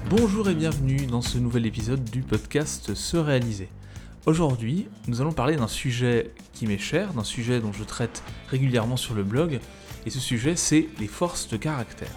Bonjour et bienvenue dans ce nouvel épisode du podcast Se Réaliser. Aujourd'hui, nous allons parler d'un sujet qui m'est cher, d'un sujet dont je traite régulièrement sur le blog, et ce sujet c'est les forces de caractère.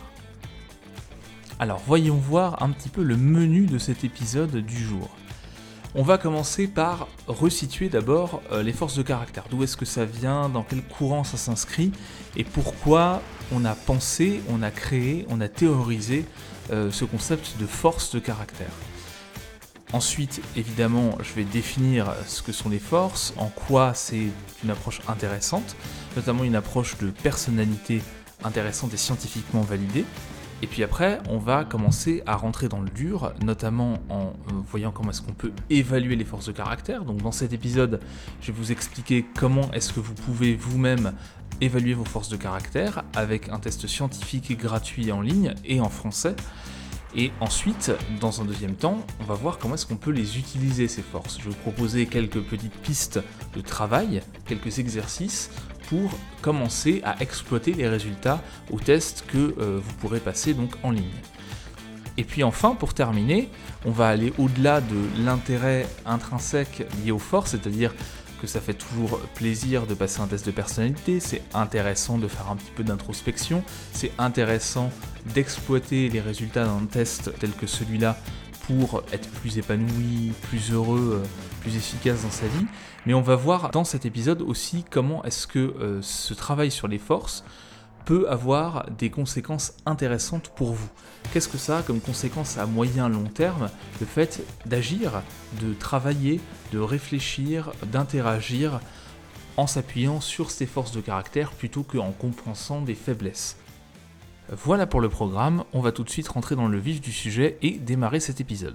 Alors voyons voir un petit peu le menu de cet épisode du jour. On va commencer par resituer d'abord les forces de caractère. D'où est-ce que ça vient, dans quel courant ça s'inscrit, et pourquoi on a pensé, on a créé, on a théorisé ce concept de force de caractère. Ensuite, évidemment, je vais définir ce que sont les forces, en quoi c'est une approche intéressante, notamment une approche de personnalité intéressante et scientifiquement validée. Et puis après, on va commencer à rentrer dans le dur, notamment en voyant comment est-ce qu'on peut évaluer les forces de caractère. Donc dans cet épisode, je vais vous expliquer comment est-ce que vous pouvez vous-même évaluer vos forces de caractère avec un test scientifique gratuit en ligne et en français. Et ensuite, dans un deuxième temps, on va voir comment est-ce qu'on peut les utiliser, ces forces. Je vais vous proposer quelques petites pistes de travail, quelques exercices pour commencer à exploiter les résultats aux tests que vous pourrez passer donc en ligne. Et puis enfin, pour terminer, on va aller au-delà de l'intérêt intrinsèque lié aux forces, c'est-à-dire que ça fait toujours plaisir de passer un test de personnalité, c'est intéressant de faire un petit peu d'introspection, c'est intéressant d'exploiter les résultats d'un test tel que celui-là pour être plus épanoui, plus heureux, plus efficace dans sa vie. Mais on va voir dans cet épisode aussi comment est-ce que ce travail sur les forces peut avoir des conséquences intéressantes pour vous. Qu'est-ce que ça a comme conséquence à moyen long terme, le fait d'agir, de travailler, de réfléchir, d'interagir en s'appuyant sur ces forces de caractère plutôt qu'en compensant des faiblesses. Voilà pour le programme, on va tout de suite rentrer dans le vif du sujet et démarrer cet épisode.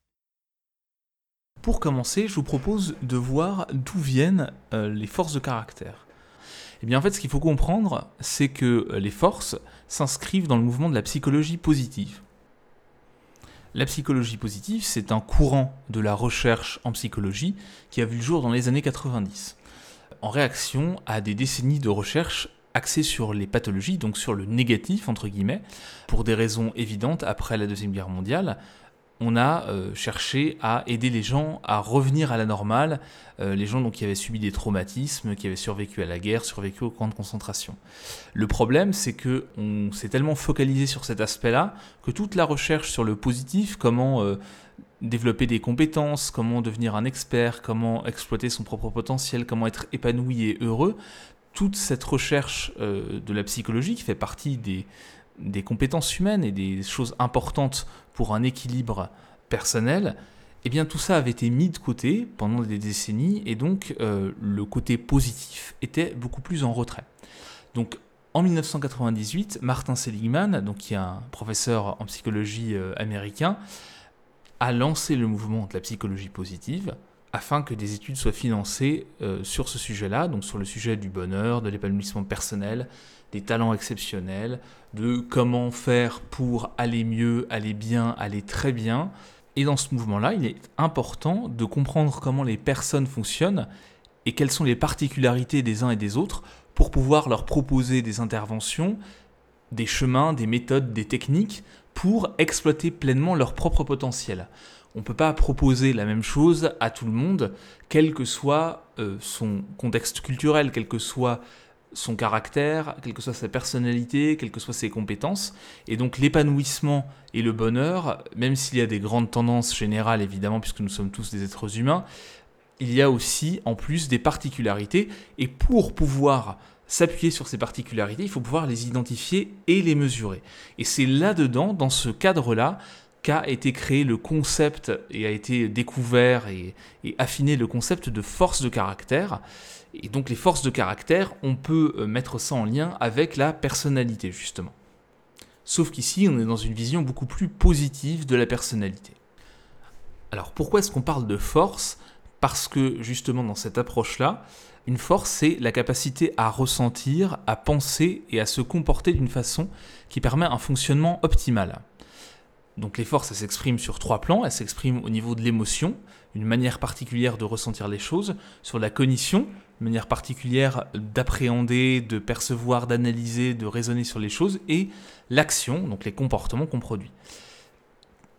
Pour commencer, je vous propose de voir d'où viennent les forces de caractère. Eh bien en fait, ce qu'il faut comprendre, c'est que les forces s'inscrivent dans le mouvement de la psychologie positive. La psychologie positive, c'est un courant de la recherche en psychologie qui a vu le jour dans les années 90, en réaction à des décennies de recherche axée sur les pathologies, donc sur le négatif, entre guillemets, pour des raisons évidentes. Après la Deuxième Guerre mondiale, on a cherché à aider les gens à revenir à la normale, les gens donc, qui avaient subi des traumatismes, qui avaient survécu à la guerre, survécu aux camps de concentration. Le problème, c'est qu'on s'est tellement focalisé sur cet aspect-là que toute la recherche sur le positif, comment développer des compétences, comment devenir un expert, comment exploiter son propre potentiel, comment être épanoui et heureux, toute cette recherche de la psychologie qui fait partie des compétences humaines et des choses importantes pour un équilibre personnel, eh bien tout ça avait été mis de côté pendant des décennies et donc le côté positif était beaucoup plus en retrait. Donc en 1998, Martin Seligman, donc, qui est un professeur en psychologie américain, a lancé le mouvement de la psychologie positive afin que des études soient financées sur ce sujet-là, donc sur le sujet du bonheur, de l'épanouissement personnel, des talents exceptionnels, de comment faire pour aller mieux, aller bien, aller très bien. Et dans ce mouvement-là, il est important de comprendre comment les personnes fonctionnent et quelles sont les particularités des uns et des autres pour pouvoir leur proposer des interventions, des chemins, des méthodes, des techniques pour exploiter pleinement leur propre potentiel. On ne peut pas proposer la même chose à tout le monde, quel que soit son contexte culturel, quel que soit son caractère, quelle que soit sa personnalité, quelles que soient ses compétences. Et donc l'épanouissement et le bonheur, même s'il y a des grandes tendances générales évidemment, puisque nous sommes tous des êtres humains, il y a aussi en plus des particularités. Et pour pouvoir s'appuyer sur ces particularités, il faut pouvoir les identifier et les mesurer. Et c'est là-dedans, dans ce cadre-là, qu'a été créé le concept et a été découvert et affiné le concept de force de caractère. Et donc les forces de caractère, on peut mettre ça en lien avec la personnalité justement. Sauf qu'ici, on est dans une vision beaucoup plus positive de la personnalité. Alors pourquoi est-ce qu'on parle de force ? Parce que justement dans cette approche-là, une force, c'est la capacité à ressentir, à penser et à se comporter d'une façon qui permet un fonctionnement optimal. Donc les forces, elles s'expriment sur 3 plans. Elles s'expriment au niveau de l'émotion, une manière particulière de ressentir les choses, sur la cognition, une manière particulière d'appréhender, de percevoir, d'analyser, de raisonner sur les choses, et l'action, donc les comportements qu'on produit.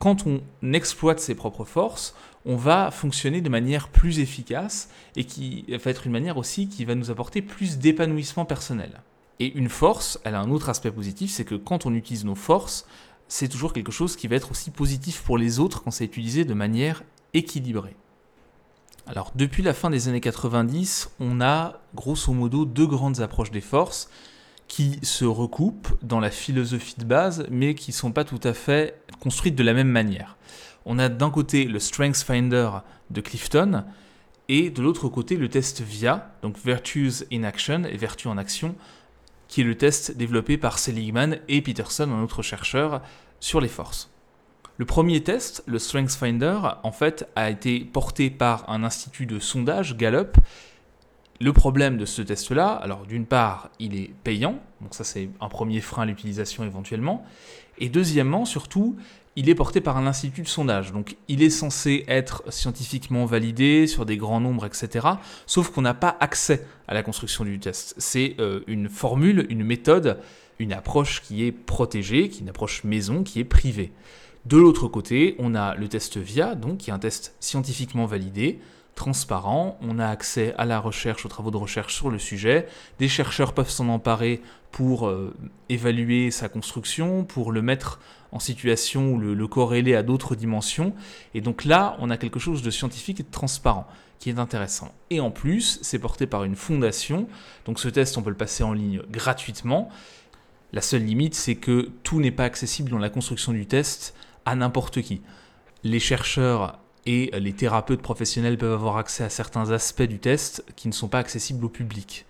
quand on exploite ses propres forces, on va fonctionner de manière plus efficace et qui va être une manière aussi qui va nous apporter plus d'épanouissement personnel. Et une force, elle a un autre aspect positif, c'est que quand on utilise nos forces, c'est toujours quelque chose qui va être aussi positif pour les autres quand c'est utilisé de manière équilibrée. Alors, depuis la fin des années 90, on a grosso modo 2 grandes approches des forces qui se recoupent dans la philosophie de base, mais qui ne sont pas tout à fait construites de la même manière. On a d'un côté le Strengths Finder de Clifton, et de l'autre côté le test VIA, donc Virtues in Action, et Vertus en action, qui est le test développé par Seligman et Peterson, un autre chercheur, sur les forces. Le premier test, le Strengths Finder, en fait, a été porté par un institut de sondage, Gallup. Le problème de ce test-là, alors d'une part, il est payant, donc ça c'est un premier frein à l'utilisation éventuellement, et deuxièmement, surtout, il est porté par un institut de sondage, donc il est censé être scientifiquement validé sur des grands nombres, etc., sauf qu'on n'a pas accès à la construction du test. C'est une formule, une méthode, une approche qui est protégée, qui est une approche maison, qui est privée. De l'autre côté, on a le test VIA, donc qui est un test scientifiquement validé, transparent, on a accès à la recherche, aux travaux de recherche sur le sujet, des chercheurs peuvent s'en emparer pour évaluer sa construction, pour le mettre en situation ou le corréler à d'autres dimensions, et donc là, on a quelque chose de scientifique et de transparent, qui est intéressant. Et en plus, c'est porté par une fondation, donc ce test, on peut le passer en ligne gratuitement. La seule limite, c'est que tout n'est pas accessible dans la construction du test à n'importe qui. Les chercheurs et les thérapeutes professionnels peuvent avoir accès à certains aspects du test qui ne sont pas accessibles au public.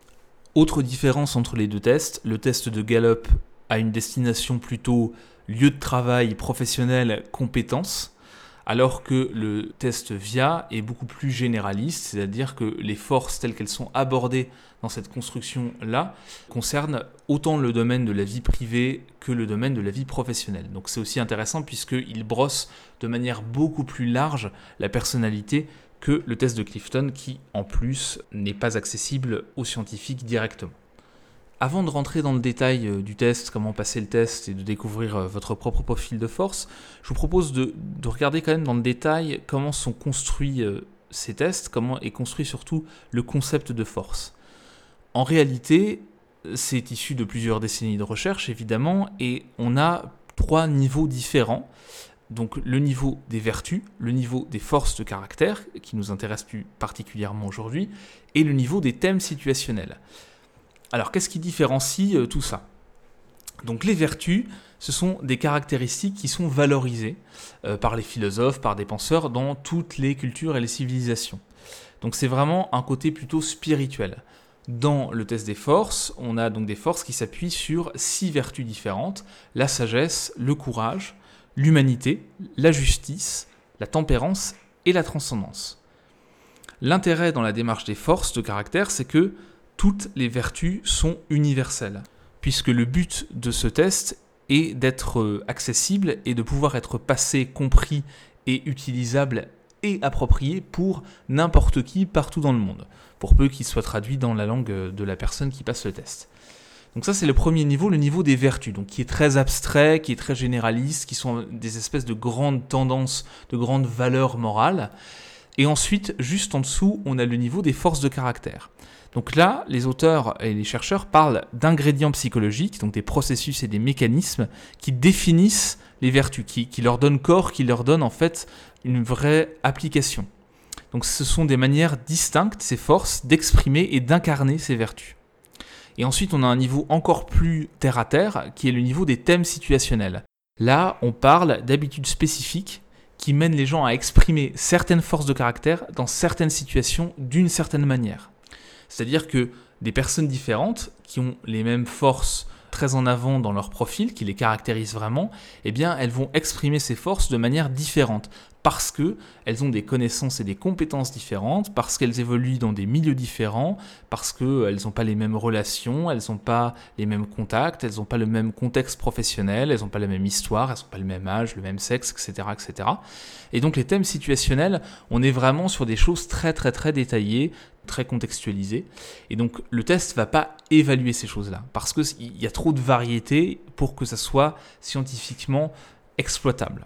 Autre différence entre les 2 tests, le test de Gallup a une destination plutôt lieu de travail professionnel, compétences, alors que le test VIA est beaucoup plus généraliste, c'est-à-dire que les forces telles qu'elles sont abordées dans cette construction-là concernent autant le domaine de la vie privée que le domaine de la vie professionnelle. Donc c'est aussi intéressant puisqu'il brosse de manière beaucoup plus large la personnalité que le test de Clifton qui, en plus, n'est pas accessible aux scientifiques directement. Avant de rentrer dans le détail du test, comment passer le test et de découvrir votre propre profil de force, je vous propose de regarder quand même dans le détail comment sont construits ces tests, comment est construit surtout le concept de force. En réalité, c'est issu de plusieurs décennies de recherche évidemment, et on a 3 niveaux différents. Donc le niveau des vertus, le niveau des forces de caractère, qui nous intéresse plus particulièrement aujourd'hui, et le niveau des thèmes situationnels. Alors, qu'est-ce qui différencie tout ça ? Donc, les vertus, ce sont des caractéristiques qui sont valorisées par les philosophes, par des penseurs dans toutes les cultures et les civilisations. Donc, c'est vraiment un côté plutôt spirituel. Dans le test des forces, on a donc des forces qui s'appuient sur 6 vertus différentes, la sagesse, le courage, l'humanité, la justice, la tempérance et la transcendance. L'intérêt dans la démarche des forces de caractère, c'est que toutes les vertus sont universelles, puisque le but de ce test est d'être accessible et de pouvoir être passé, compris et utilisable et approprié pour n'importe qui partout dans le monde, pour peu qu'il soit traduit dans la langue de la personne qui passe le test. Donc ça, c'est le premier niveau, le niveau des vertus, donc qui est très abstrait, qui est très généraliste, qui sont des espèces de grandes tendances, de grandes valeurs morales. Et ensuite, juste en dessous, on a le niveau des forces de caractère. Donc là, les auteurs et les chercheurs parlent d'ingrédients psychologiques, donc des processus et des mécanismes qui définissent les vertus, qui leur donnent corps, qui leur donnent en fait une vraie application. Donc ce sont des manières distinctes, ces forces, d'exprimer et d'incarner ces vertus. Et ensuite, on a un niveau encore plus terre-à-terre, qui est le niveau des thèmes situationnels. Là, on parle d'habitudes spécifiques qui mènent les gens à exprimer certaines forces de caractère dans certaines situations d'une certaine manière. C'est-à-dire que des personnes différentes qui ont les mêmes forces très en avant dans leur profil, qui les caractérisent vraiment, eh bien, elles vont exprimer ces forces de manière différente parce qu'elles ont des connaissances et des compétences différentes, parce qu'elles évoluent dans des milieux différents, parce qu'elles n'ont pas les mêmes relations, elles n'ont pas les mêmes contacts, elles n'ont pas le même contexte professionnel, elles n'ont pas la même histoire, elles n'ont pas le même âge, le même sexe, etc., etc. Et donc les thèmes situationnels, on est vraiment sur des choses très très très détaillées, très contextualisées. Et donc le test ne va pas évaluer ces choses-là, parce qu'il y a trop de variété pour que ça soit scientifiquement exploitable.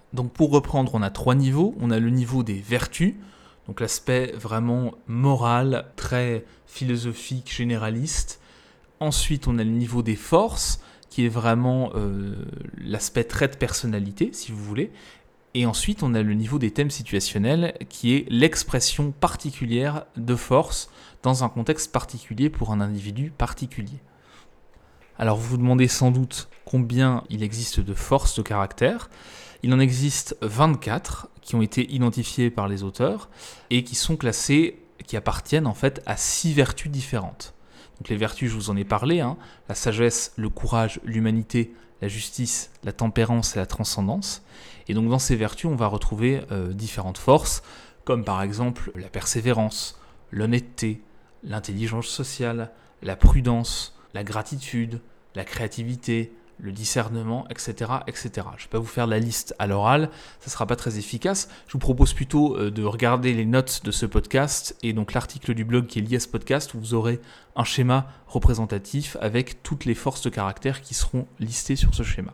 Donc pour reprendre, on a 3 niveaux. On a le niveau des vertus, donc l'aspect vraiment moral, très philosophique, généraliste. Ensuite, on a le niveau des forces, qui est vraiment l'aspect trait de personnalité, si vous voulez. Et ensuite, on a le niveau des thèmes situationnels, qui est l'expression particulière de force dans un contexte particulier pour un individu particulier. Alors vous vous demandez sans doute combien il existe de forces de caractère. Il en existe 24 qui ont été identifiées par les auteurs et qui sont classées, qui appartiennent en fait à 6 vertus différentes. Donc les vertus, je vous en ai parlé, la sagesse, le courage, l'humanité, la justice, la tempérance et la transcendance. Et donc dans ces vertus, on va retrouver différentes forces, comme par exemple la persévérance, l'honnêteté, l'intelligence sociale, la prudence, la gratitude, la créativité, le discernement, etc., etc. Je ne vais pas vous faire la liste à l'oral, ça ne sera pas très efficace. Je vous propose plutôt de regarder les notes de ce podcast et donc l'article du blog qui est lié à ce podcast où vous aurez un schéma représentatif avec toutes les forces de caractère qui seront listées sur ce schéma.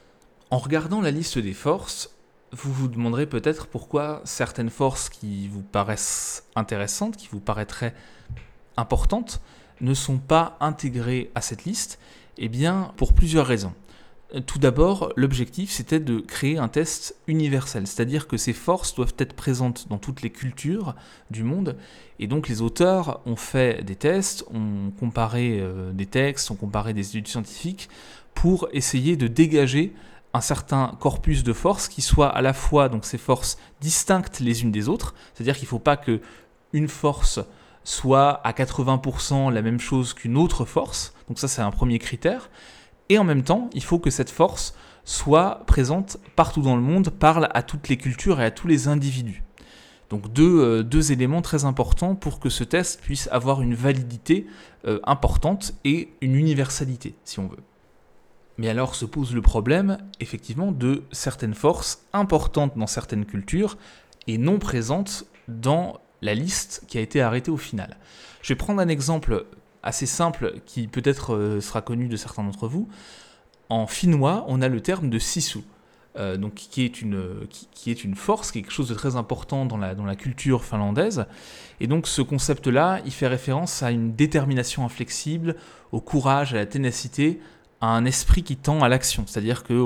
En regardant la liste des forces, vous vous demanderez peut-être pourquoi certaines forces qui vous paraissent intéressantes, qui vous paraîtraient importantes, ne sont pas intégrées à cette liste. Eh bien, pour plusieurs raisons. Tout d'abord, l'objectif, c'était de créer un test universel, c'est-à-dire que ces forces doivent être présentes dans toutes les cultures du monde, et donc les auteurs ont fait des tests, ont comparé des textes, ont comparé des études scientifiques, pour essayer de dégager un certain corpus de forces qui soit à la fois donc ces forces distinctes les unes des autres, c'est-à-dire qu'il ne faut pas qu'une force soit à 80% la même chose qu'une autre force, donc ça c'est un premier critère, et en même temps, il faut que cette force soit présente partout dans le monde, parle à toutes les cultures et à tous les individus. Donc deux éléments très importants pour que ce test puisse avoir une validité importante et une universalité, si on veut. Mais alors se pose le problème, effectivement, de certaines forces importantes dans certaines cultures et non présentes dans la liste qui a été arrêtée au final. Je vais prendre un exemple assez simple qui peut-être sera connu de certains d'entre vous. En finnois, on a le terme de sisu, donc qui est une force, quelque chose de très important dans la culture finlandaise. Et donc ce concept-là, il fait référence à une détermination inflexible, au courage, à la ténacité, à un esprit qui tend à l'action. C'est-à-dire que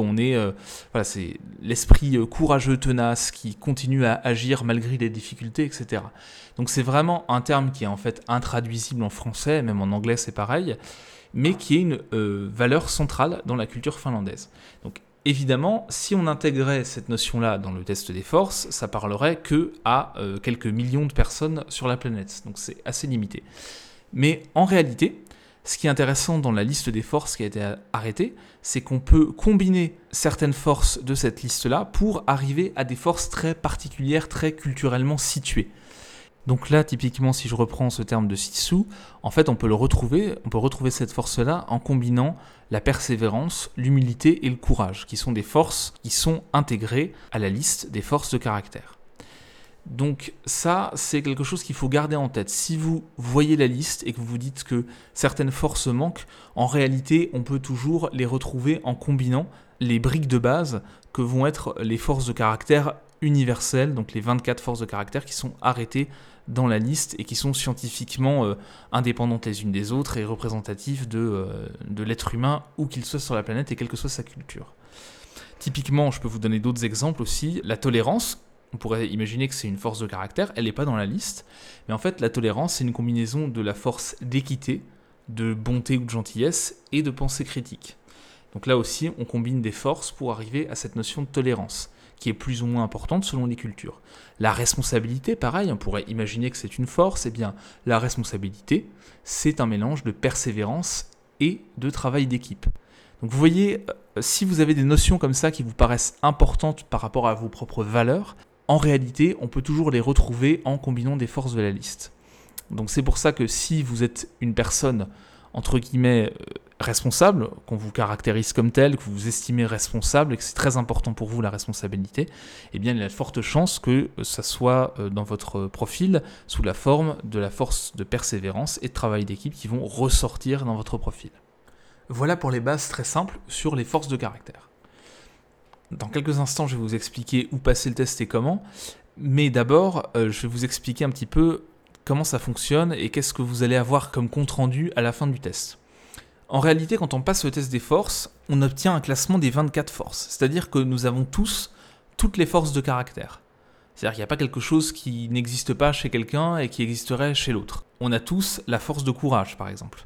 c'est l'esprit courageux, tenace, qui continue à agir malgré les difficultés, etc. Donc c'est vraiment un terme qui est en fait intraduisible en français, même en anglais c'est pareil, mais qui est une valeur centrale dans la culture finlandaise. Donc évidemment, si on intégrait cette notion-là dans le test des forces, ça parlerait que à quelques millions de personnes sur la planète. Donc c'est assez limité. Mais en réalité, ce qui est intéressant dans la liste des forces qui a été arrêtée, c'est qu'on peut combiner certaines forces de cette liste-là pour arriver à des forces très particulières, très culturellement situées. Donc là, typiquement, si je reprends ce terme de sisu, en fait, on peut retrouver cette force-là en combinant la persévérance, l'humilité et le courage, qui sont des forces qui sont intégrées à la liste des forces de caractère. Donc ça, c'est quelque chose qu'il faut garder en tête. Si vous voyez la liste et que vous vous dites que certaines forces manquent, en réalité, on peut toujours les retrouver en combinant les briques de base que vont être les forces de caractère universelles, donc les 24 forces de caractère qui sont arrêtées dans la liste et qui sont scientifiquement indépendantes les unes des autres et représentatives de l'être humain, où qu'il soit sur la planète et quelle que soit sa culture. Typiquement, je peux vous donner d'autres exemples aussi. La tolérance, on pourrait imaginer que c'est une force de caractère, elle n'est pas dans la liste, mais en fait la tolérance c'est une combinaison de la force d'équité, de bonté ou de gentillesse et de pensée critique. Donc là aussi on combine des forces pour arriver à cette notion de tolérance, qui est plus ou moins importante selon les cultures. La responsabilité, pareil, on pourrait imaginer que c'est une force, et bien la responsabilité c'est un mélange de persévérance et de travail d'équipe. Donc vous voyez, si vous avez des notions comme ça qui vous paraissent importantes par rapport à vos propres valeurs, en réalité, on peut toujours les retrouver en combinant des forces de la liste. Donc c'est pour ça que si vous êtes une personne, entre guillemets, responsable, qu'on vous caractérise comme telle, que vous vous estimez responsable et que c'est très important pour vous la responsabilité, eh bien il y a de fortes chances que ça soit dans votre profil sous la forme de la force de persévérance et de travail d'équipe qui vont ressortir dans votre profil. Voilà pour les bases très simples sur les forces de caractère. Dans quelques instants, je vais vous expliquer où passer le test et comment. Mais d'abord, je vais vous expliquer un petit peu comment ça fonctionne et qu'est-ce que vous allez avoir comme compte-rendu à la fin du test. En réalité, quand on passe le test des forces, on obtient un classement des 24 forces. C'est-à-dire que nous avons tous toutes les forces de caractère. C'est-à-dire qu'il n'y a pas quelque chose qui n'existe pas chez quelqu'un et qui existerait chez l'autre. On a tous la force de courage, par exemple.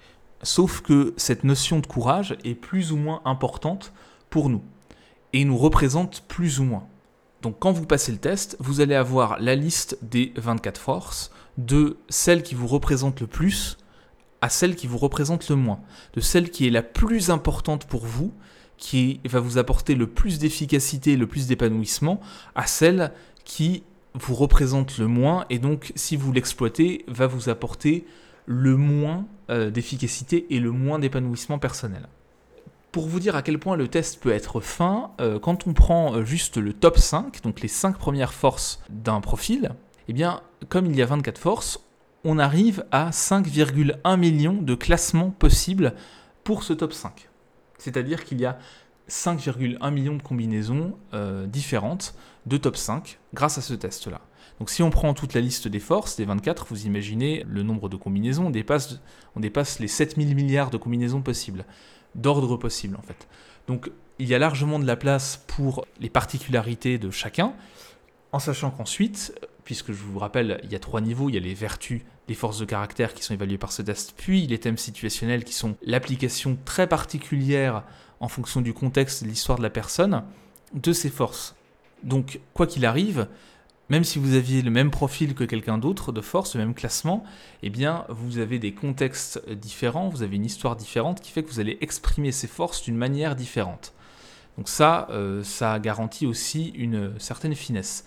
Sauf que cette notion de courage est plus ou moins importante pour nous et nous représente plus ou moins. Donc quand vous passez le test, vous allez avoir la liste des 24 forces, de celle qui vous représente le plus à celle qui vous représente le moins, de celle qui est la plus importante pour vous, qui va vous apporter le plus d'efficacité, le plus d'épanouissement, à celle qui vous représente le moins, et donc si vous l'exploitez, va vous apporter le moins d'efficacité et le moins d'épanouissement personnel. Pour vous dire à quel point le test peut être fin, quand on prend juste le top 5, donc les 5 premières forces d'un profil, eh bien, comme il y a 24 forces, on arrive à 5,1 millions de classements possibles pour ce top 5. C'est-à-dire qu'il y a 5,1 millions de combinaisons différentes de top 5 grâce à ce test-là. Donc si on prend toute la liste des forces, des 24, vous imaginez le nombre de combinaisons, on dépasse les 7000 milliards de combinaisons possibles, d'ordre possible en fait. Donc il y a largement de la place pour les particularités de chacun, en sachant qu'ensuite, puisque je vous rappelle, il y a 3 niveaux, il y a les vertus, les forces de caractère qui sont évaluées par ce test, puis les thèmes situationnels qui sont l'application très particulière en fonction du contexte et de l'histoire de la personne, de ces forces. Donc, quoi qu'il arrive, même si vous aviez le même profil que quelqu'un d'autre de force, le même classement, eh bien, vous avez des contextes différents, vous avez une histoire différente qui fait que vous allez exprimer ces forces d'une manière différente. Donc ça garantit aussi une certaine finesse.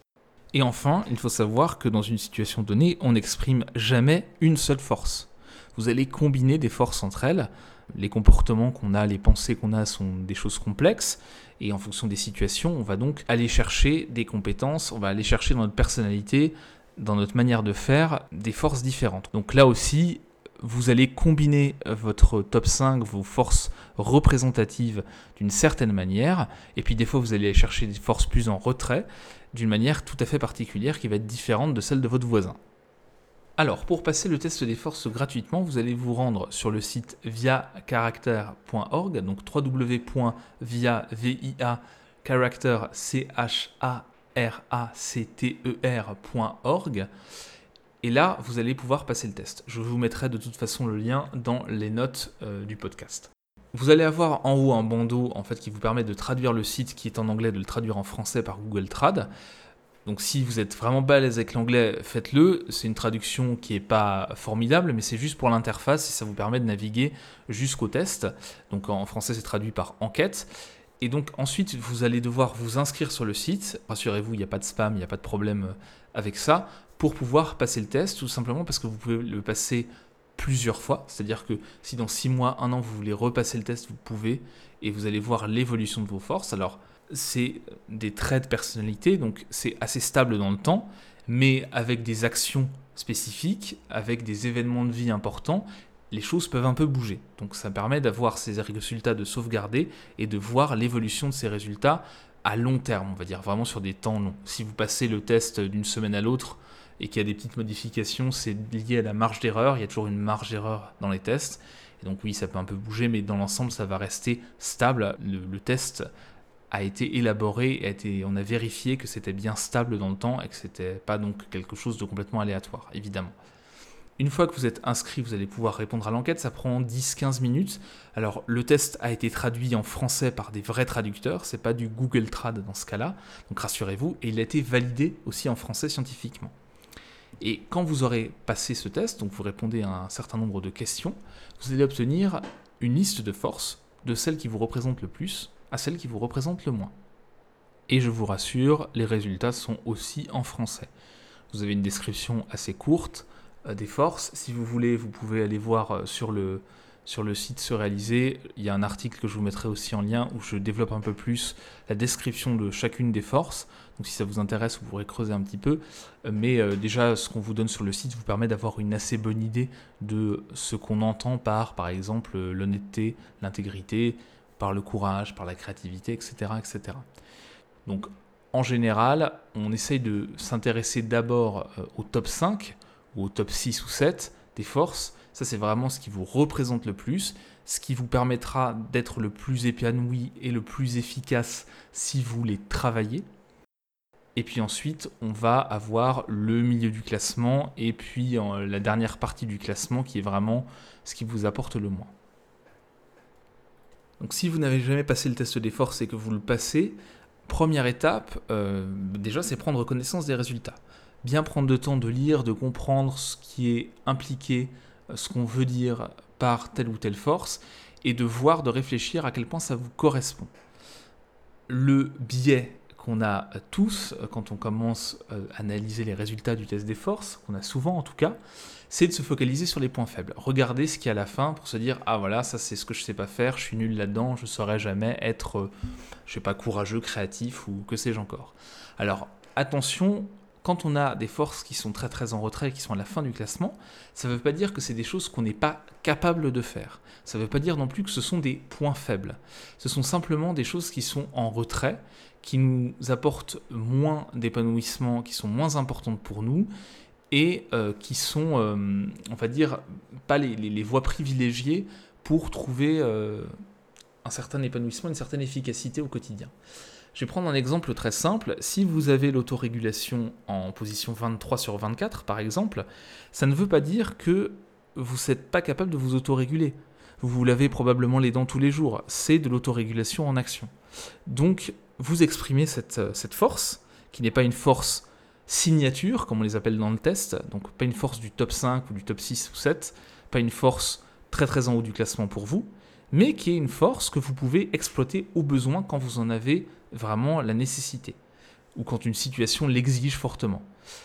Et enfin, il faut savoir que dans une situation donnée, on n'exprime jamais une seule force. Vous allez combiner des forces entre elles. Les comportements qu'on a, les pensées qu'on a sont des choses complexes. Et en fonction des situations, on va donc aller chercher des compétences, on va aller chercher dans notre personnalité, dans notre manière de faire, des forces différentes. Donc là aussi, vous allez combiner votre top 5, vos forces représentatives d'une certaine manière. Et puis des fois, vous allez aller chercher des forces plus en retrait, d'une manière tout à fait particulière qui va être différente de celle de votre voisin. Alors, pour passer le test des forces gratuitement, vous allez vous rendre sur le site viacharacter.org, donc www.viacharacter.org. Et là, vous allez pouvoir passer le test. Je vous mettrai de toute façon le lien dans les notes du podcast. Vous allez avoir en haut un bandeau en fait, qui vous permet de traduire le site qui est en anglais, de le traduire en français par Google Trad. Donc si vous êtes vraiment pas à l'aise avec l'anglais, faites-le. C'est une traduction qui n'est pas formidable, mais c'est juste pour l'interface et ça vous permet de naviguer jusqu'au test. Donc en français, c'est traduit par enquête. Et donc ensuite, vous allez devoir vous inscrire sur le site. Rassurez-vous, il n'y a pas de spam, il n'y a pas de problème avec ça, pour pouvoir passer le test, tout simplement parce que vous pouvez le passer plusieurs fois. C'est-à-dire que si dans 6 mois, 1 an, vous voulez repasser le test, vous pouvez, et vous allez voir l'évolution de vos forces. Alors, c'est des traits de personnalité, donc c'est assez stable dans le temps, mais avec des actions spécifiques, avec des événements de vie importants, les choses peuvent un peu bouger. Donc ça permet d'avoir ces résultats de sauvegarder et de voir l'évolution de ces résultats à long terme, on va dire, vraiment sur des temps longs. Si vous passez le test d'une semaine à l'autre et qu'il y a des petites modifications, c'est lié à la marge d'erreur, il y a toujours une marge d'erreur dans les tests. Et donc oui, ça peut un peu bouger, mais dans l'ensemble, ça va rester stable. Le test a été élaboré, on a vérifié que c'était bien stable dans le temps et que c'était pas donc quelque chose de complètement aléatoire, évidemment. Une fois que vous êtes inscrit, vous allez pouvoir répondre à l'enquête, ça prend 10-15 minutes. Alors le test a été traduit en français par des vrais traducteurs, c'est pas du Google Trad dans ce cas-là, donc rassurez-vous, et il a été validé aussi en français scientifiquement. Et quand vous aurez passé ce test, donc vous répondez à un certain nombre de questions, vous allez obtenir une liste de forces de celles qui vous représentent le plus à celles qui vous représentent le moins. Et je vous rassure, les résultats sont aussi en français. Vous avez une description assez courte des forces. Si vous voulez, vous pouvez aller voir sur le site Se Réaliser. Il y a un article que je vous mettrai aussi en lien où je développe un peu plus la description de chacune des forces. Donc si ça vous intéresse, vous pourrez creuser un petit peu. Mais déjà, ce qu'on vous donne sur le site vous permet d'avoir une assez bonne idée de ce qu'on entend par exemple, l'honnêteté, l'intégrité, par le courage, par la créativité, etc., etc. Donc, en général, on essaye de s'intéresser d'abord au top 5 ou au top 6 ou 7 des forces. Ça, c'est vraiment ce qui vous représente le plus, ce qui vous permettra d'être le plus épanoui et le plus efficace si vous les travaillez. Et puis ensuite, on va avoir le milieu du classement et puis la dernière partie du classement qui est vraiment ce qui vous apporte le moins. Donc si vous n'avez jamais passé le test des forces et que vous le passez, première étape, déjà, c'est prendre connaissance des résultats. Bien prendre le temps de lire, de comprendre ce qui est impliqué, ce qu'on veut dire par telle ou telle force, et de voir, de réfléchir à quel point ça vous correspond. Le biais qu'on a tous quand on commence à analyser les résultats du test des forces, qu'on a souvent en tout cas, c'est de se focaliser sur les points faibles. Regardez ce qu'il y a à la fin pour se dire « Ah voilà, ça c'est ce que je ne sais pas faire, je suis nul là-dedans, je ne saurais jamais être, courageux, créatif ou que sais-je encore. » Alors attention, quand on a des forces qui sont très très en retrait, qui sont à la fin du classement, ça ne veut pas dire que c'est des choses qu'on n'est pas capable de faire. Ça ne veut pas dire non plus que ce sont des points faibles. Ce sont simplement des choses qui sont en retrait, qui nous apportent moins d'épanouissement, qui sont moins importantes pour nous et qui sont, on va dire, pas les voies privilégiées pour trouver un certain épanouissement, une certaine efficacité au quotidien. Je vais prendre un exemple très simple. Si vous avez l'autorégulation en position 23 sur 24, par exemple, ça ne veut pas dire que vous n'êtes pas capable de vous autoréguler. Vous vous lavez probablement les dents tous les jours. C'est de l'autorégulation en action. Donc, vous exprimez cette force, qui n'est pas une force signature, comme on les appelle dans le test, donc pas une force du top 5 ou du top 6 ou 7, pas une force très très en haut du classement pour vous, mais qui est une force que vous pouvez exploiter au besoin quand vous en avez vraiment la nécessité, ou quand une situation l'exige fortement,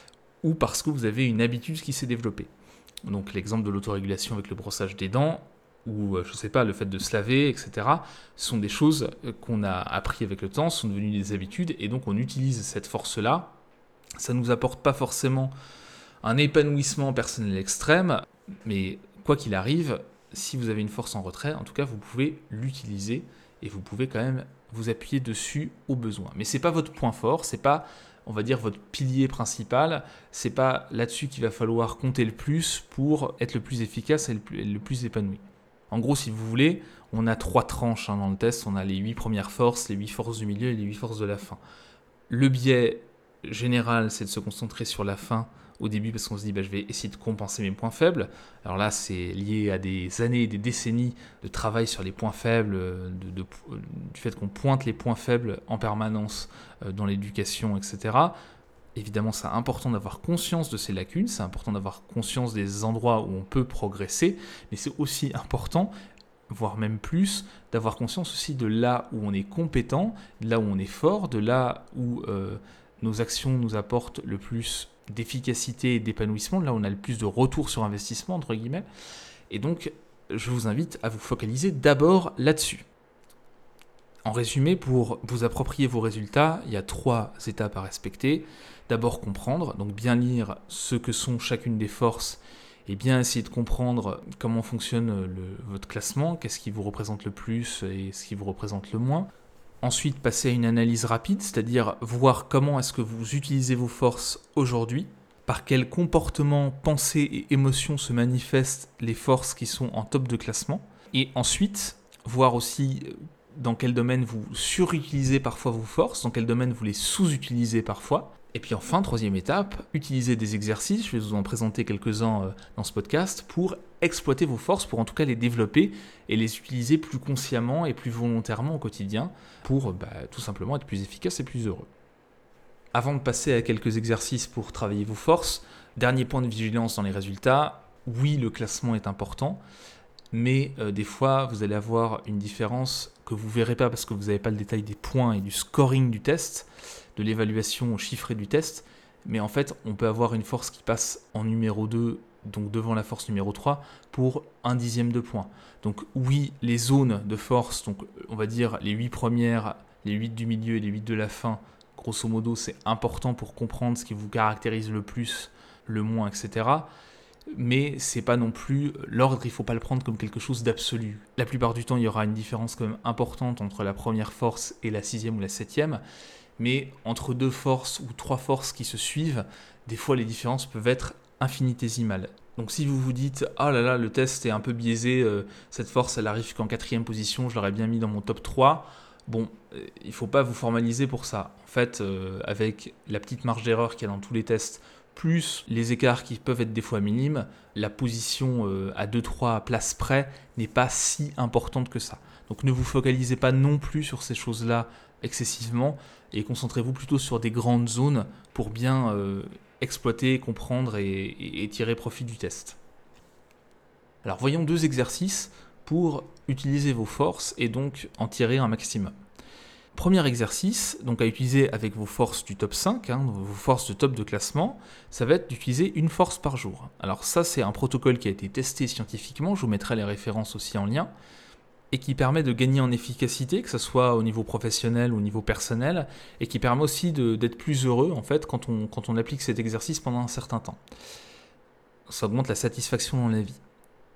ou parce que vous avez une habitude qui s'est développée. Donc l'exemple de l'autorégulation avec le brossage des dents, ou je sais pas, le fait de se laver, etc., ce sont des choses qu'on a appris avec le temps, sont devenues des habitudes, et donc on utilise cette force-là. Ça ne nous apporte pas forcément un épanouissement personnel extrême, mais quoi qu'il arrive, si vous avez une force en retrait, en tout cas, vous pouvez l'utiliser et vous pouvez quand même vous appuyer dessus au besoin. Mais ce n'est pas votre point fort, ce n'est pas, on va dire, votre pilier principal, ce n'est pas là-dessus qu'il va falloir compter le plus pour être le plus efficace et le plus épanoui. En gros, si vous voulez, on a 3 tranches dans le test, on a les 8 premières forces, les 8 forces du milieu et les 8 forces de la fin. Le biais général, c'est de se concentrer sur la fin au début parce qu'on se dit je vais essayer de compenser mes points faibles. Alors là, c'est lié à des années et des décennies de travail sur les points faibles, du fait qu'on pointe les points faibles en permanence dans l'éducation, etc. Évidemment, c'est important d'avoir conscience de ces lacunes, c'est important d'avoir conscience des endroits où on peut progresser, mais c'est aussi important, voire même plus, d'avoir conscience aussi de là où on est compétent, de là où on est fort, de là où nos actions nous apportent le plus d'efficacité et d'épanouissement, là où on a le plus de retour sur investissement, entre guillemets. Et donc, je vous invite à vous focaliser d'abord là-dessus. En résumé, pour vous approprier vos résultats, il y a 3 étapes à respecter. D'abord, comprendre, donc bien lire ce que sont chacune des forces et bien essayer de comprendre comment fonctionne votre classement, qu'est-ce qui vous représente le plus et ce qui vous représente le moins. Ensuite, passer à une analyse rapide, c'est-à-dire voir comment est-ce que vous utilisez vos forces aujourd'hui, par quel comportement, pensée et émotion se manifestent les forces qui sont en top de classement. Et ensuite, voir aussi dans quel domaine vous surutilisez parfois vos forces, dans quel domaine vous les sous-utilisez parfois. Et puis enfin, 3e étape, utiliser des exercices, je vais vous en présenter quelques-uns dans ce podcast, pour exploiter vos forces, pour en tout cas les développer et les utiliser plus consciemment et plus volontairement au quotidien, pour tout simplement être plus efficace et plus heureux. Avant de passer à quelques exercices pour travailler vos forces, dernier point de vigilance dans les résultats, oui, le classement est important, mais des fois, vous allez avoir une différence que vous ne verrez pas parce que vous n'avez pas le détail des points et du scoring du test, de l'évaluation chiffrée du test, mais en fait, on peut avoir une force qui passe en numéro 2, donc devant la force numéro 3, pour 1/10 de point. Donc oui, les zones de force, donc on va dire les 8 premières, les 8 du milieu et les 8 de la fin, grosso modo, c'est important pour comprendre ce qui vous caractérise le plus, le moins, etc. mais c'est pas non plus l'ordre, il faut pas le prendre comme quelque chose d'absolu. La plupart du temps, il y aura une différence quand même importante entre la première force et la 6e ou la 7e, mais entre 2 forces ou 3 forces qui se suivent, des fois les différences peuvent être infinitésimales. Donc si vous vous dites « Ah là là, le test est un peu biaisé, cette force elle arrive qu'en 4e position, je l'aurais bien mis dans mon top 3 », bon, il ne faut pas vous formaliser pour ça. En fait, avec la petite marge d'erreur qu'il y a dans tous les tests, plus les écarts qui peuvent être des fois minimes, la position à 2-3 places près n'est pas si importante que ça. Donc ne vous focalisez pas non plus sur ces choses-là excessivement et concentrez-vous plutôt sur des grandes zones pour bien exploiter, comprendre et tirer profit du test. Alors voyons 2 exercices pour utiliser vos forces et donc en tirer un maximum. Premier exercice, donc à utiliser avec vos forces du top 5, vos forces de top de classement, ça va être d'utiliser une force par jour. Alors ça, c'est un protocole qui a été testé scientifiquement, je vous mettrai les références aussi en lien, et qui permet de gagner en efficacité, que ce soit au niveau professionnel ou au niveau personnel, et qui permet aussi d'être plus heureux en fait quand on applique cet exercice pendant un certain temps. Ça augmente la satisfaction dans la vie.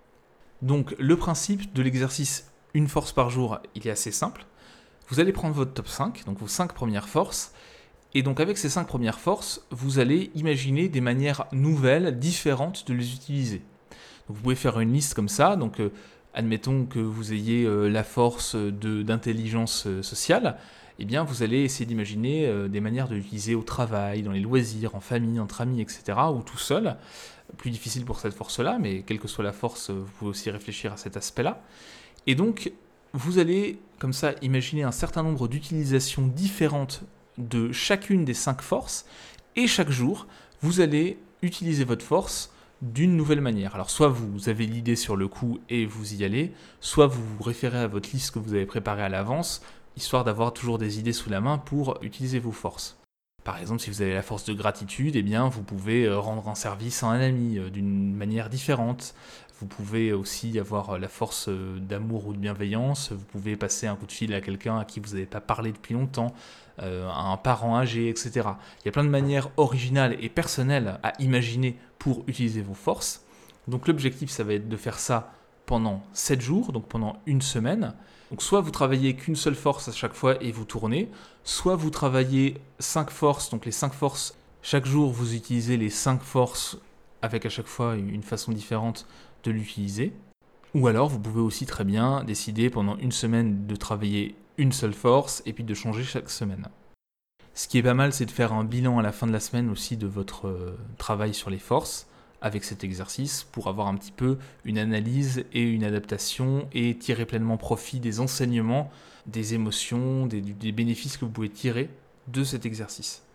Donc le principe de l'exercice une force par jour, il est assez simple. Vous allez prendre votre top 5, donc vos 5 premières forces, et donc avec ces 5 premières forces, vous allez imaginer des manières nouvelles, différentes de les utiliser. Donc vous pouvez faire une liste comme ça, donc admettons que vous ayez la force d'intelligence sociale, eh bien vous allez essayer d'imaginer des manières de l'utiliser au travail, dans les loisirs, en famille, entre amis, etc., ou tout seul. Plus difficile pour cette force-là, mais quelle que soit la force, vous pouvez aussi réfléchir à cet aspect-là. Et donc, vous allez comme ça imaginer un certain nombre d'utilisations différentes de chacune des 5 forces, et chaque jour, vous allez utiliser votre force d'une nouvelle manière. Alors soit vous avez l'idée sur le coup et vous y allez, soit vous vous référez à votre liste que vous avez préparée à l'avance, histoire d'avoir toujours des idées sous la main pour utiliser vos forces. Par exemple, si vous avez la force de gratitude, eh bien, vous pouvez rendre un service à un ami d'une manière différente. Vous pouvez aussi avoir la force d'amour ou de bienveillance. Vous pouvez passer un coup de fil à quelqu'un à qui vous n'avez pas parlé depuis longtemps, à un parent âgé, etc. Il y a plein de manières originales et personnelles à imaginer pour utiliser vos forces. Donc l'objectif, ça va être de faire ça pendant 7 jours, donc pendant une semaine. Donc soit vous travaillez qu'une seule force à chaque fois et vous tournez, soit vous travaillez 5 forces, donc les 5 forces, chaque jour vous utilisez les 5 forces avec à chaque fois une façon différente de l'utiliser. Ou alors vous pouvez aussi très bien décider pendant une semaine de travailler une seule force et puis de changer chaque semaine. Ce qui est pas mal, c'est de faire un bilan à la fin de la semaine aussi de votre travail sur les forces avec cet exercice pour avoir un petit peu une analyse et une adaptation et tirer pleinement profit des enseignements, des émotions, des bénéfices que vous pouvez tirer de cet exercice.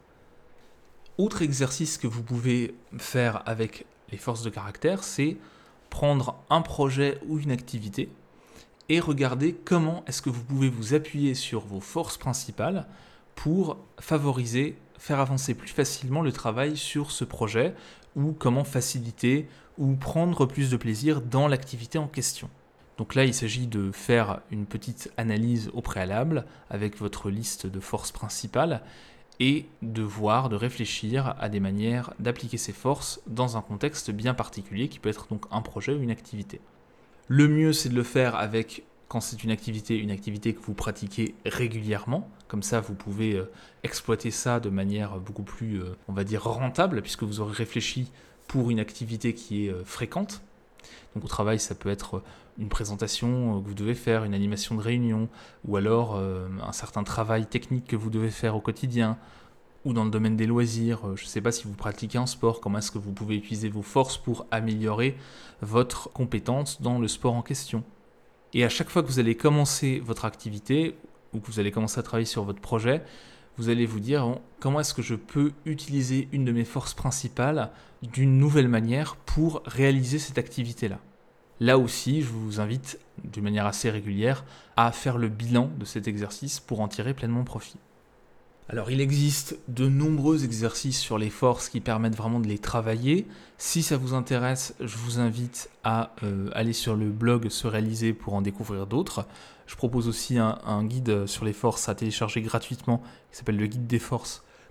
Autre exercice que vous pouvez faire avec les forces de caractère, c'est prendre un projet ou une activité et regarder comment est-ce que vous pouvez vous appuyer sur vos forces principales pour favoriser, faire avancer plus facilement le travail sur ce projet ou comment faciliter ou prendre plus de plaisir dans l'activité en question. Donc là, il s'agit de faire une petite analyse au préalable avec votre liste de forces principales et de voir, de réfléchir à des manières d'appliquer ces forces dans un contexte bien particulier qui peut être donc un projet ou une activité. Le mieux, c'est de le faire avec, quand c'est une activité que vous pratiquez régulièrement. Comme ça, vous pouvez exploiter ça de manière beaucoup plus, on va dire, rentable, puisque vous aurez réfléchi pour une activité qui est fréquente. Donc au travail, ça peut être une présentation que vous devez faire, une animation de réunion, ou alors un certain travail technique que vous devez faire au quotidien, ou dans le domaine des loisirs. Je ne sais pas si vous pratiquez un sport, comment est-ce que vous pouvez utiliser vos forces pour améliorer votre compétence dans le sport en question. Et à chaque fois que vous allez commencer votre activité, ou que vous allez commencer à travailler sur votre projet, vous allez vous dire comment est-ce que je peux utiliser une de mes forces principales d'une nouvelle manière pour réaliser cette activité-là. Là aussi, je vous invite d'une manière assez régulière à faire le bilan de cet exercice pour en tirer pleinement profit. Alors il existe de nombreux exercices sur les forces qui permettent vraiment de les travailler. Si ça vous intéresse, je vous invite à aller sur le blog Se Réaliser pour en découvrir d'autres. Je propose aussi un guide sur les forces à télécharger gratuitement qui s'appelle le guide des forces.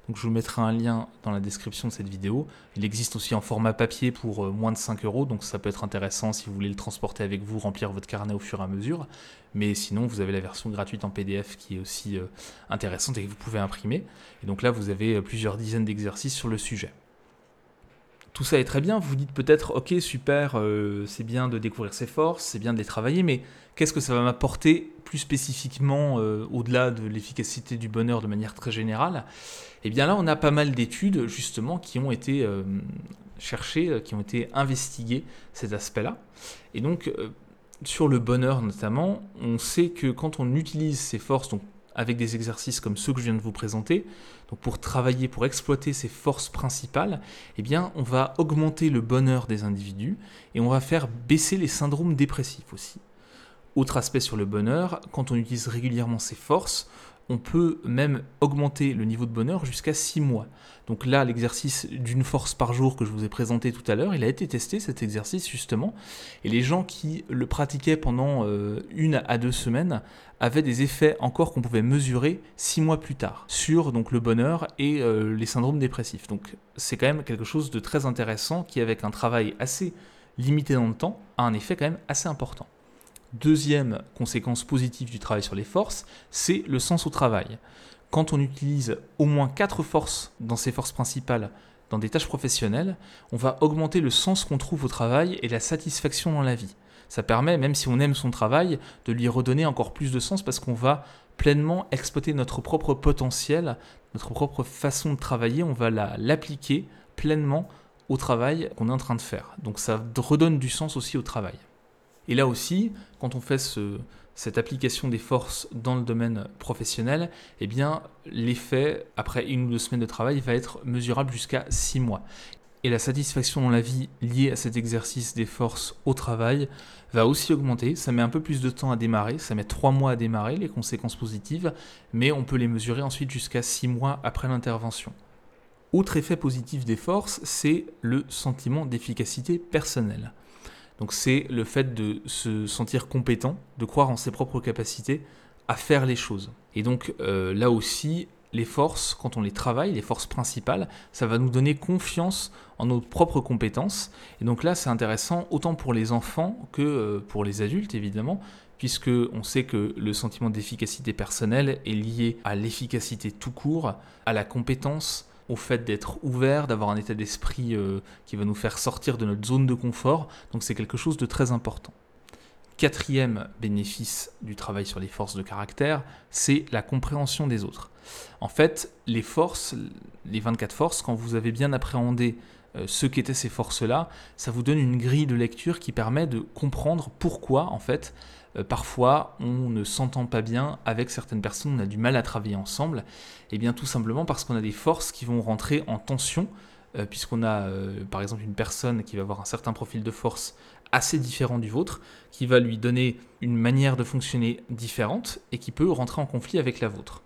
Donc je vous mettrai un lien dans la description de cette vidéo. Il existe aussi en format papier pour moins de 5 €, donc ça peut être intéressant si vous voulez le transporter avec vous, remplir votre carnet au fur et à mesure. Mais sinon, vous avez la version gratuite en PDF qui est aussi intéressante et que vous pouvez imprimer. Et donc là, vous avez plusieurs dizaines d'exercices sur le sujet. Tout ça est très bien, vous vous dites peut-être, ok super, c'est bien de découvrir ses forces, c'est bien de les travailler, mais qu'est-ce que ça va m'apporter plus spécifiquement au-delà de l'efficacité du bonheur de manière très générale? Eh bien là, on a pas mal d'études justement qui ont été cherchées, qui ont été investiguées cet aspect-là. Et donc, sur le bonheur notamment, on sait que quand on utilise ses forces, donc avec des exercices comme ceux que je viens de vous présenter, donc pour travailler, pour exploiter ses forces principales, eh bien, on va augmenter le bonheur des individus et on va faire baisser les syndromes dépressifs aussi. Autre aspect sur le bonheur, quand on utilise régulièrement ses forces, on peut même augmenter le niveau de bonheur jusqu'à 6 mois. Donc là, l'exercice d'une force par jour que je vous ai présenté tout à l'heure, il a été testé, cet exercice justement, et les gens qui le pratiquaient pendant 1 à 2 semaines avaient des effets encore qu'on pouvait mesurer 6 mois plus tard sur donc, le bonheur et les syndromes dépressifs. Donc c'est quand même quelque chose de très intéressant qui, avec un travail assez limité dans le temps, a un effet quand même assez important. Deuxième conséquence positive du travail sur les forces, c'est le sens au travail. Quand on utilise au moins 4 forces dans ses forces principales dans des tâches professionnelles, on va augmenter le sens qu'on trouve au travail et la satisfaction dans la vie. Ça permet, même si on aime son travail, de lui redonner encore plus de sens parce qu'on va pleinement exploiter notre propre potentiel, notre propre façon de travailler, on va l'appliquer pleinement au travail qu'on est en train de faire. Donc ça redonne du sens aussi au travail. Et là aussi, quand on fait cette application des forces dans le domaine professionnel, eh bien, l'effet, après 1 ou 2 semaines de travail, va être mesurable jusqu'à 6 mois. Et la satisfaction dans la vie liée à cet exercice des forces au travail va aussi augmenter. Ça met un peu plus de temps à démarrer, ça met 3 mois à démarrer, les conséquences positives, mais on peut les mesurer ensuite jusqu'à 6 mois après l'intervention. Autre effet positif des forces, c'est le sentiment d'efficacité personnelle. Donc c'est le fait de se sentir compétent, de croire en ses propres capacités à faire les choses. Et donc là aussi, les forces, quand on les travaille, les forces principales, ça va nous donner confiance en nos propres compétences. Et donc là, c'est intéressant autant pour les enfants que pour les adultes, évidemment, puisque on sait que le sentiment d'efficacité personnelle est lié à l'efficacité tout court, à la compétence, au fait d'être ouvert, d'avoir un état d'esprit qui va nous faire sortir de notre zone de confort. Donc c'est quelque chose de très important. Quatrième bénéfice du travail sur les forces de caractère, c'est la compréhension des autres. En fait, les forces, les 24 forces, quand vous avez bien appréhendé ce qu'étaient ces forces-là, ça vous donne une grille de lecture qui permet de comprendre pourquoi, en fait, parfois on ne s'entend pas bien avec certaines personnes, on a du mal à travailler ensemble, et bien tout simplement parce qu'on a des forces qui vont rentrer en tension, puisqu'on a par exemple une personne qui va avoir un certain profil de force assez différent du vôtre, qui va lui donner une manière de fonctionner différente et qui peut rentrer en conflit avec la vôtre.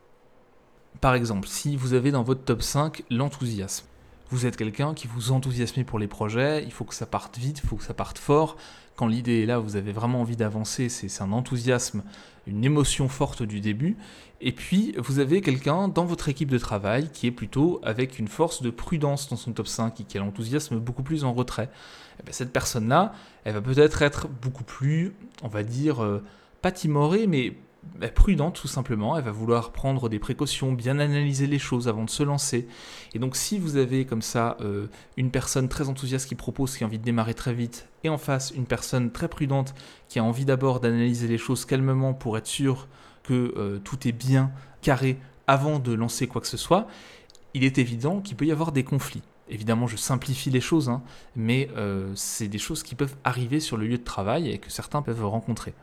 Par exemple, si vous avez dans votre top 5 l'enthousiasme, vous êtes quelqu'un qui vous enthousiasme pour les projets, il faut que ça parte vite, il faut que ça parte fort. Quand l'idée est là, vous avez vraiment envie d'avancer, c'est un enthousiasme, une émotion forte du début. Et puis, vous avez quelqu'un dans votre équipe de travail qui est plutôt avec une force de prudence dans son top 5 et qui a l'enthousiasme beaucoup plus en retrait. Et bien, cette personne-là, elle va peut-être être beaucoup plus, on va dire, pas timorée, mais prudente tout simplement. Elle va vouloir prendre des précautions, bien analyser les choses avant de se lancer. Et donc si vous avez comme ça une personne très enthousiaste qui propose, qui a envie de démarrer très vite, et en face une personne très prudente qui a envie d'abord d'analyser les choses calmement pour être sûr que tout est bien carré avant de lancer quoi que ce soit, il est évident qu'il peut y avoir des conflits. Évidemment, je simplifie les choses, mais c'est des choses qui peuvent arriver sur le lieu de travail et que certains peuvent rencontrer.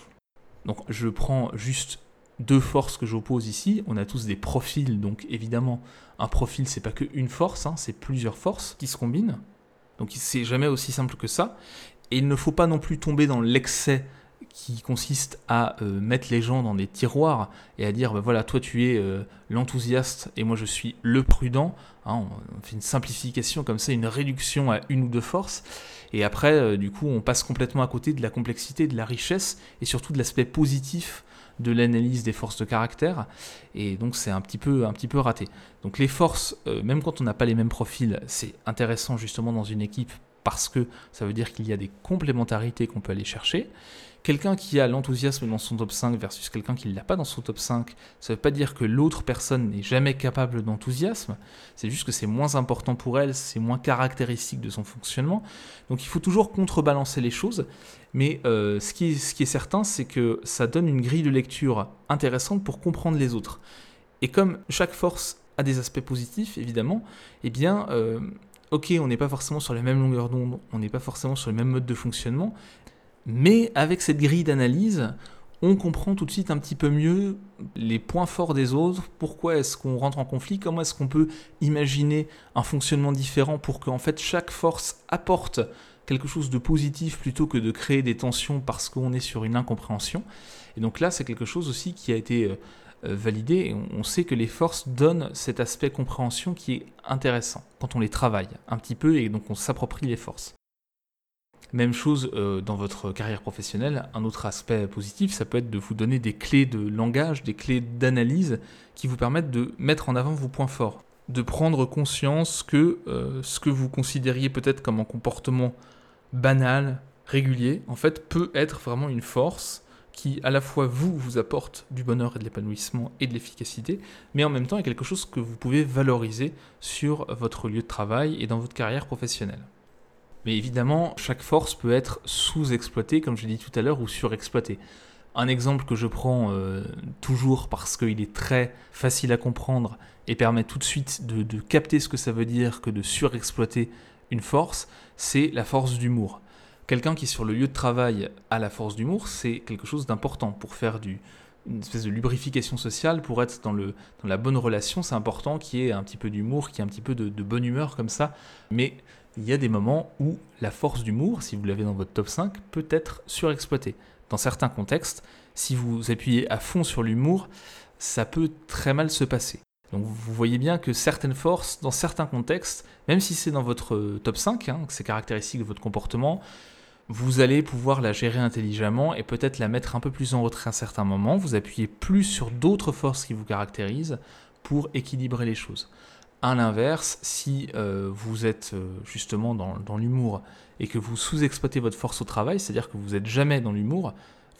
Donc je prends juste 2 forces que j'oppose ici. On a tous des profils, donc évidemment, un profil, c'est pas qu'une force, c'est plusieurs forces qui se combinent. Donc c'est jamais aussi simple que ça. Et il ne faut pas non plus tomber dans l'excès qui consiste à mettre les gens dans des tiroirs et à dire voilà, toi tu es l'enthousiaste et moi je suis le prudent. On fait une simplification comme ça, une réduction à une ou deux forces. Et après, du coup, on passe complètement à côté de la complexité, de la richesse et surtout de l'aspect positif de l'analyse des forces de caractère, et donc c'est un petit peu raté. Donc les forces, même quand on n'a pas les mêmes profils, c'est intéressant justement dans une équipe parce que ça veut dire qu'il y a des complémentarités qu'on peut aller chercher. Quelqu'un qui a l'enthousiasme dans son top 5 versus quelqu'un qui ne l'a pas dans son top 5, ça ne veut pas dire que l'autre personne n'est jamais capable d'enthousiasme, c'est juste que c'est moins important pour elle, c'est moins caractéristique de son fonctionnement. Donc il faut toujours contrebalancer les choses, mais ce qui est certain, c'est que ça donne une grille de lecture intéressante pour comprendre les autres. Et comme chaque force a des aspects positifs, évidemment, eh bien, ok, on n'est pas forcément sur la même longueur d'onde, on n'est pas forcément sur le même mode de fonctionnement, mais avec cette grille d'analyse, on comprend tout de suite un petit peu mieux les points forts des autres, pourquoi est-ce qu'on rentre en conflit, comment est-ce qu'on peut imaginer un fonctionnement différent pour qu'en fait chaque force apporte quelque chose de positif plutôt que de créer des tensions parce qu'on est sur une incompréhension. Et donc là, c'est quelque chose aussi qui a été validé, et on sait que les forces donnent cet aspect compréhension qui est intéressant quand on les travaille un petit peu et donc on s'approprie les forces. Même chose dans votre carrière professionnelle, un autre aspect positif, ça peut être de vous donner des clés de langage, des clés d'analyse qui vous permettent de mettre en avant vos points forts, de prendre conscience que ce que vous considériez peut-être comme un comportement banal, régulier, en fait peut être vraiment une force qui à la fois vous apporte du bonheur et de l'épanouissement et de l'efficacité, mais en même temps est quelque chose que vous pouvez valoriser sur votre lieu de travail et dans votre carrière professionnelle. Mais évidemment, chaque force peut être sous-exploitée, comme je l'ai dit tout à l'heure, ou surexploitée. Un exemple que je prends toujours parce qu'il est très facile à comprendre et permet tout de suite de capter ce que ça veut dire que de surexploiter une force, c'est la force d'humour. Quelqu'un qui sur le lieu de travail a la force d'humour, c'est quelque chose d'important pour faire une espèce de lubrification sociale, pour être dans la bonne relation. C'est important qu'il y ait un petit peu d'humour, qu'il y ait un petit peu de bonne humeur comme ça, mais il y a des moments où la force d'humour, si vous l'avez dans votre top 5, peut être surexploitée. Dans certains contextes, si vous appuyez à fond sur l'humour, ça peut très mal se passer. Donc vous voyez bien que certaines forces, dans certains contextes, même si c'est dans votre top 5, que c'est caractéristique de votre comportement, vous allez pouvoir la gérer intelligemment et peut-être la mettre un peu plus en retrait à certains moments. Vous appuyez plus sur d'autres forces qui vous caractérisent pour équilibrer les choses. À l'inverse, si vous êtes justement dans l'humour et que vous sous-exploitez votre force au travail, c'est-à-dire que vous n'êtes jamais dans l'humour,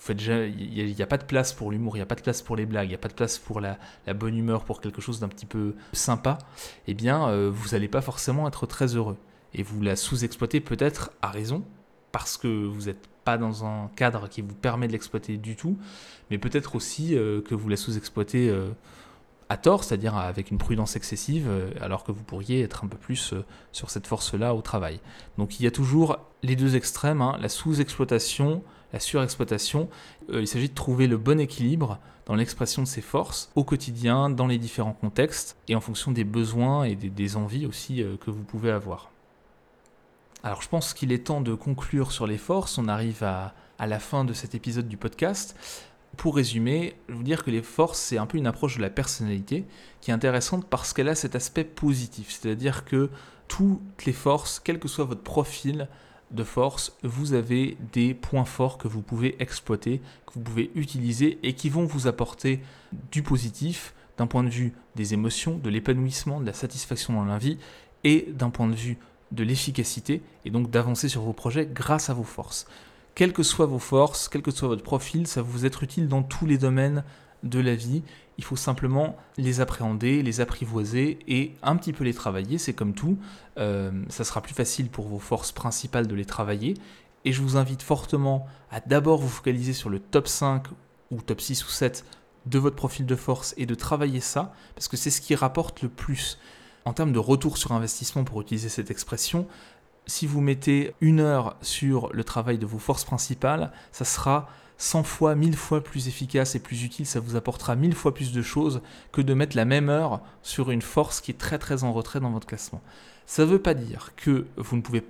il n'y a pas de place pour l'humour, il n'y a pas de place pour les blagues, il n'y a pas de place pour la bonne humeur, pour quelque chose d'un petit peu sympa, eh bien vous n'allez pas forcément être très heureux. Et vous la sous-exploitez peut-être à raison, parce que vous n'êtes pas dans un cadre qui vous permet de l'exploiter du tout, mais peut-être aussi que vous la sous-exploitez à tort, c'est-à-dire avec une prudence excessive, alors que vous pourriez être un peu plus sur cette force-là au travail. Donc il y a toujours les deux extrêmes, la sous-exploitation, la surexploitation. Il s'agit de trouver le bon équilibre dans l'expression de ces forces au quotidien, dans les différents contextes, et en fonction des besoins et des envies aussi que vous pouvez avoir. Alors je pense qu'il est temps de conclure sur les forces, on arrive à la fin de cet épisode du podcast. Pour résumer, je veux vous dire que les forces, c'est un peu une approche de la personnalité qui est intéressante parce qu'elle a cet aspect positif. C'est-à-dire que toutes les forces, quel que soit votre profil de force, vous avez des points forts que vous pouvez exploiter, que vous pouvez utiliser et qui vont vous apporter du positif d'un point de vue des émotions, de l'épanouissement, de la satisfaction dans la vie et d'un point de vue de l'efficacité et donc d'avancer sur vos projets grâce à vos forces. Quelles que soient vos forces, quel que soit votre profil, ça va vous être utile dans tous les domaines de la vie. Il faut simplement les appréhender, les apprivoiser et un petit peu les travailler. C'est comme tout. Ça sera plus facile pour vos forces principales de les travailler. Et je vous invite fortement à d'abord vous focaliser sur le top 5 ou top 6 ou 7 de votre profil de force et de travailler ça, parce que c'est ce qui rapporte le plus. En termes de retour sur investissement, pour utiliser cette expression, si vous mettez 1 heure sur le travail de vos forces principales, ça sera 100 fois, 1000 fois plus efficace et plus utile, ça vous apportera 1000 fois plus de choses que de mettre la même heure sur une force qui est très très en retrait dans votre classement. Ça ne veut pas dire que vous ne pouvez pas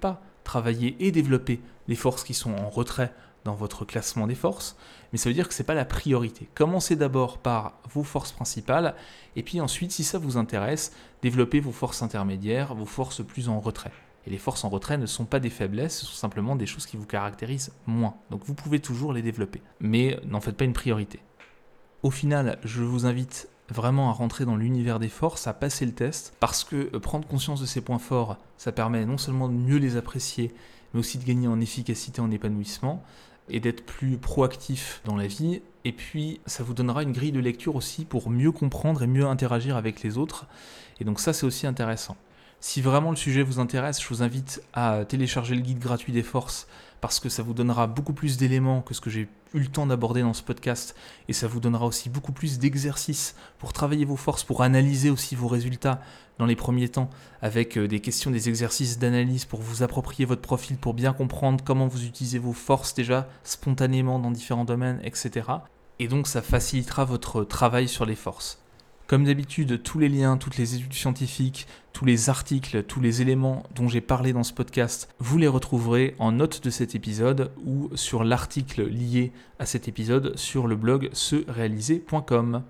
travailler et développer les forces qui sont en retrait dans votre classement des forces, mais ça veut dire que ce n'est pas la priorité. Commencez d'abord par vos forces principales, et puis ensuite, si ça vous intéresse, développez vos forces intermédiaires, vos forces plus en retrait. Et les forces en retrait ne sont pas des faiblesses, ce sont simplement des choses qui vous caractérisent moins. Donc vous pouvez toujours les développer, mais n'en faites pas une priorité. Au final, je vous invite vraiment à rentrer dans l'univers des forces, à passer le test, parce que prendre conscience de ces points forts, ça permet non seulement de mieux les apprécier, mais aussi de gagner en efficacité, en épanouissement, et d'être plus proactif dans la vie. Et puis, ça vous donnera une grille de lecture aussi pour mieux comprendre et mieux interagir avec les autres. Et donc ça, c'est aussi intéressant. Si vraiment le sujet vous intéresse, je vous invite à télécharger le guide gratuit des forces parce que ça vous donnera beaucoup plus d'éléments que ce que j'ai eu le temps d'aborder dans ce podcast et ça vous donnera aussi beaucoup plus d'exercices pour travailler vos forces, pour analyser aussi vos résultats dans les premiers temps avec des questions, des exercices d'analyse pour vous approprier votre profil, pour bien comprendre comment vous utilisez vos forces déjà spontanément dans différents domaines, etc. Et donc ça facilitera votre travail sur les forces. Comme d'habitude, tous les liens, toutes les études scientifiques, tous les articles, tous les éléments dont j'ai parlé dans ce podcast, vous les retrouverez en note de cet épisode ou sur l'article lié à cet épisode sur le blog serealiser.com.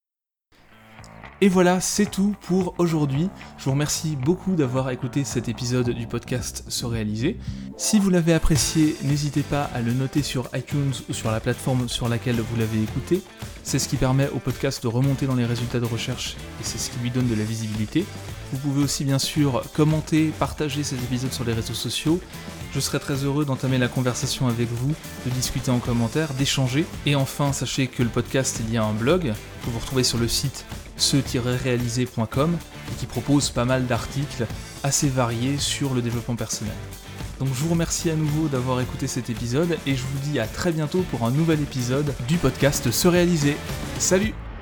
Et voilà, c'est tout pour aujourd'hui. Je vous remercie beaucoup d'avoir écouté cet épisode du podcast Se Réaliser. Si vous l'avez apprécié, n'hésitez pas à le noter sur iTunes ou sur la plateforme sur laquelle vous l'avez écouté. C'est ce qui permet au podcast de remonter dans les résultats de recherche et c'est ce qui lui donne de la visibilité. Vous pouvez aussi bien sûr commenter, partager ces épisodes sur les réseaux sociaux. Je serai très heureux d'entamer la conversation avec vous, de discuter en commentaire, d'échanger. Et enfin, sachez que le podcast est lié à un blog que vous retrouvez sur le site se-réaliser.com et qui propose pas mal d'articles assez variés sur le développement personnel. Donc je vous remercie à nouveau d'avoir écouté cet épisode et je vous dis à très bientôt pour un nouvel épisode du podcast Se Réaliser. Salut!